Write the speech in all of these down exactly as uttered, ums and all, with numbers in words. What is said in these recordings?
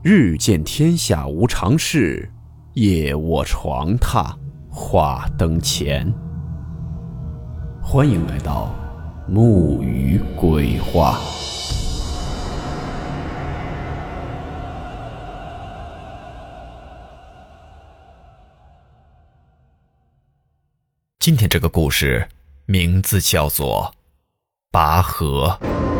日见天下无常事，夜卧床榻话灯前。欢迎来到木鱼鬼话。 今天这个故事名字叫做拔河。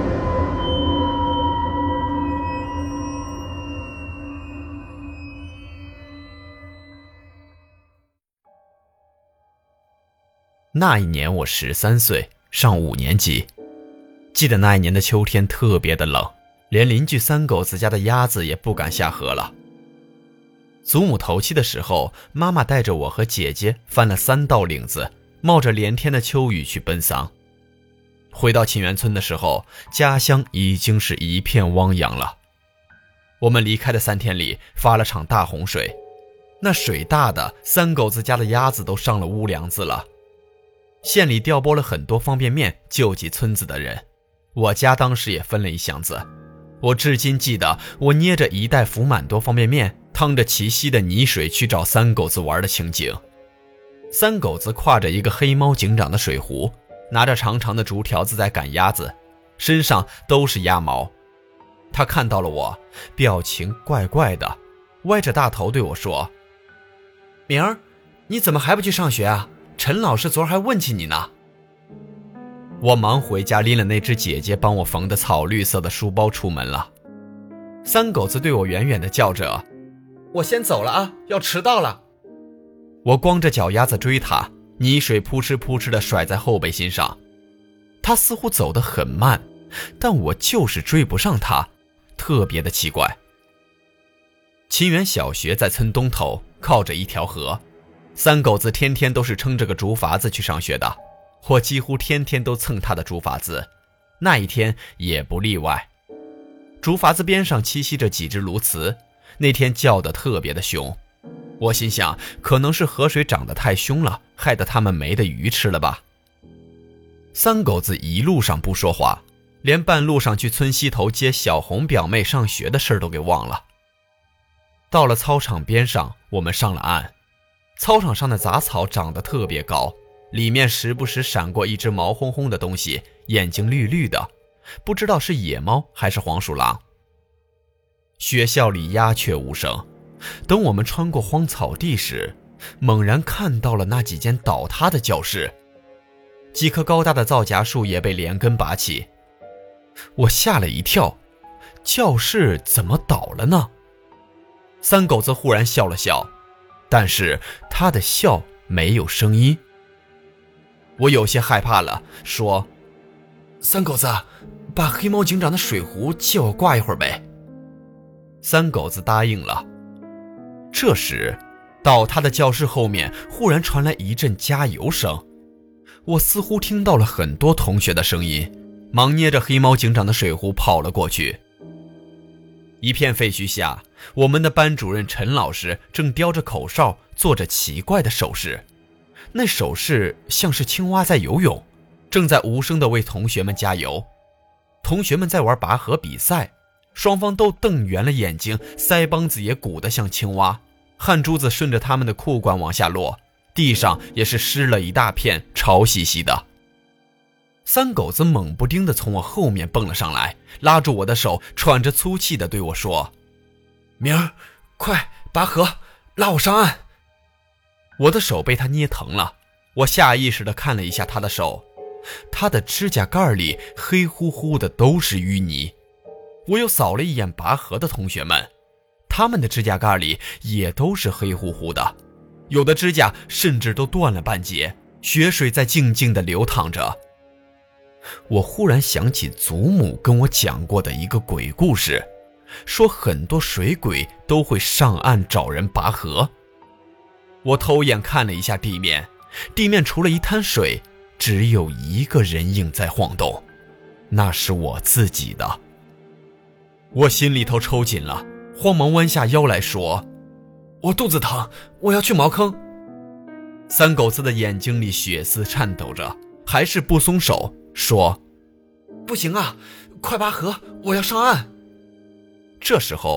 那一年我十三岁，上五年级。记得那一年的秋天特别的冷，连邻居三狗子家的鸭子也不敢下河了。祖母头七的时候，妈妈带着我和姐姐翻了三道岭子，冒着连天的秋雨去奔丧。回到沁园村的时候，家乡已经是一片汪洋了。我们离开的三天里发了场大洪水，那水大的三狗子家的鸭子都上了屋梁子了。县里调拨了很多方便面救济村子的人，我家当时也分了一箱子。我至今记得我捏着一袋福满多方便面，趟着齐溪的泥水去找三狗子玩的情景。三狗子挎着一个黑猫警长的水壶，拿着长长的竹条子在赶鸭子，身上都是鸭毛。他看到了我，表情怪怪的，歪着大头对我说：明儿，你怎么还不去上学啊？陈老师昨儿还问起你呢。我忙回家拎了那只姐姐帮我缝的草绿色的书包出门了。三狗子对我远远地叫着：我先走了啊，要迟到了。我光着脚丫子追他，泥水扑哧扑哧地甩在后背心上。他似乎走得很慢，但我就是追不上他，特别的奇怪。沁园小学在村东头，靠着一条河。三狗子天天都是撑着个竹筏子去上学的，我几乎天天都蹭他的竹筏子，那一天也不例外。竹筏子边上栖息着几只鸬鹚，那天叫得特别的凶。我心想，可能是河水涨得太凶了，害得他们没得鱼吃了吧。三狗子一路上不说话，连半路上去村西头接小红表妹上学的事都给忘了。到了操场边上，我们上了岸。操场上的杂草长得特别高，里面时不时闪过一只毛烘烘的东西，眼睛绿绿的，不知道是野猫还是黄鼠狼。学校里鸦雀无声，等我们穿过荒草地时，猛然看到了那几间倒塌的教室，几棵高大的皂荚树也被连根拔起。我吓了一跳，教室怎么倒了呢？三狗子忽然笑了笑，但是他的笑没有声音。我有些害怕了，说：三狗子，把黑猫警长的水壶借我挂一会儿呗。三狗子答应了。这时倒塌的教室后面忽然传来一阵加油声，我似乎听到了很多同学的声音，忙捏着黑猫警长的水壶跑了过去。一片废墟下，我们的班主任陈老师正叼着口哨，做着奇怪的手势，那手势像是青蛙在游泳，正在无声地为同学们加油。同学们在玩拔河比赛，双方都瞪圆了眼睛，腮帮子也鼓得像青蛙，汗珠子顺着他们的裤管往下落，地上也是湿了一大片，潮兮兮的。三狗子猛不丁地从我后面蹦了上来，拉住我的手，喘着粗气地对我说：明儿，快拔河，拉我上岸。我的手被他捏疼了，我下意识地看了一下他的手，他的指甲盖里黑乎乎的都是淤泥。我又扫了一眼拔河的同学们，他们的指甲盖里也都是黑乎乎的，有的指甲甚至都断了半截，血水在静静地流淌着。我忽然想起祖母跟我讲过的一个鬼故事，说很多水鬼都会上岸找人拔河。我偷眼看了一下地面，地面除了一滩水，只有一个人影在晃动，那是我自己的。我心里头抽紧了，慌忙弯下腰来说：我肚子疼，我要去茅坑。三狗子的眼睛里血丝颤抖着，还是不松手，说：不行啊，快拔河，我要上岸。这时候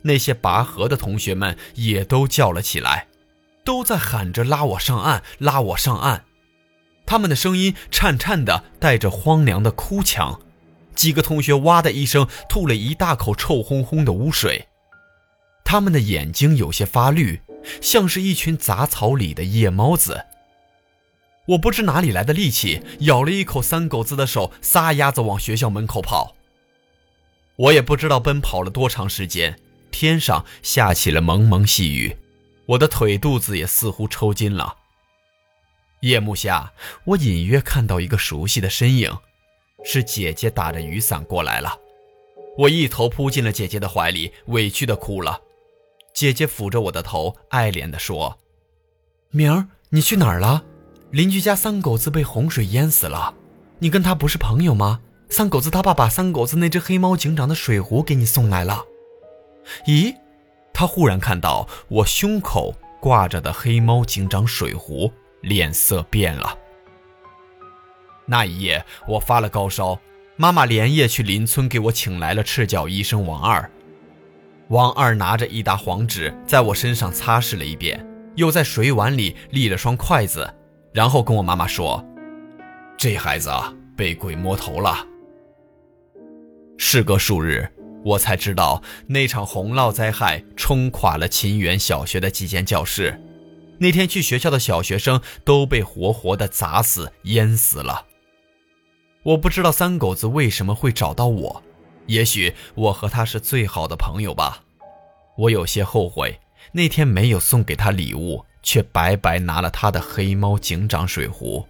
那些拔河的同学们也都叫了起来，都在喊着拉我上岸，拉我上岸。他们的声音颤颤的，带着荒凉的哭腔。几个同学哇的一声吐了一大口臭烘烘的污水，他们的眼睛有些发绿，像是一群杂草里的夜猫子。我不知哪里来的力气，咬了一口三狗子的手，撒丫子往学校门口跑。我也不知道奔跑了多长时间，天上下起了蒙蒙细雨，我的腿肚子也似乎抽筋了。夜幕下，我隐约看到一个熟悉的身影，是姐姐打着雨伞过来了。我一头扑进了姐姐的怀里，委屈地哭了。姐姐抚着我的头，爱怜地说：明儿，你去哪儿了？邻居家三狗子被洪水淹死了，你跟他不是朋友吗？三狗子他爸把三狗子那只黑猫警长的水壶给你送来了。咦，他忽然看到我胸口挂着的黑猫警长水壶，脸色变了。那一夜我发了高烧，妈妈连夜去邻村给我请来了赤脚医生王二。王二拿着一沓黄纸在我身上擦拭了一遍，又在水碗里立了双筷子，然后跟我妈妈说：这孩子啊，被鬼摸头了。事隔数日，我才知道那场洪涝灾害冲垮了秦园小学的几间教室，那天去学校的小学生都被活活的砸死淹死了。我不知道三狗子为什么会找到我，也许我和他是最好的朋友吧。我有些后悔那天没有送给他礼物，却白白拿了他的黑猫警长水壶。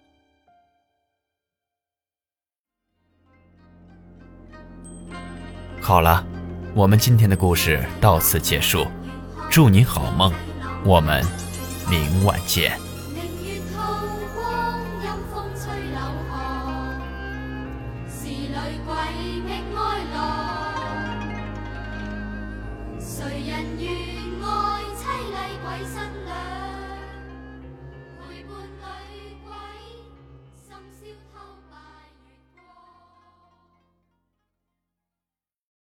好了，我们今天的故事到此结束，祝您好梦，我们明晚见。 谁人愿爱凄厉鬼新娘？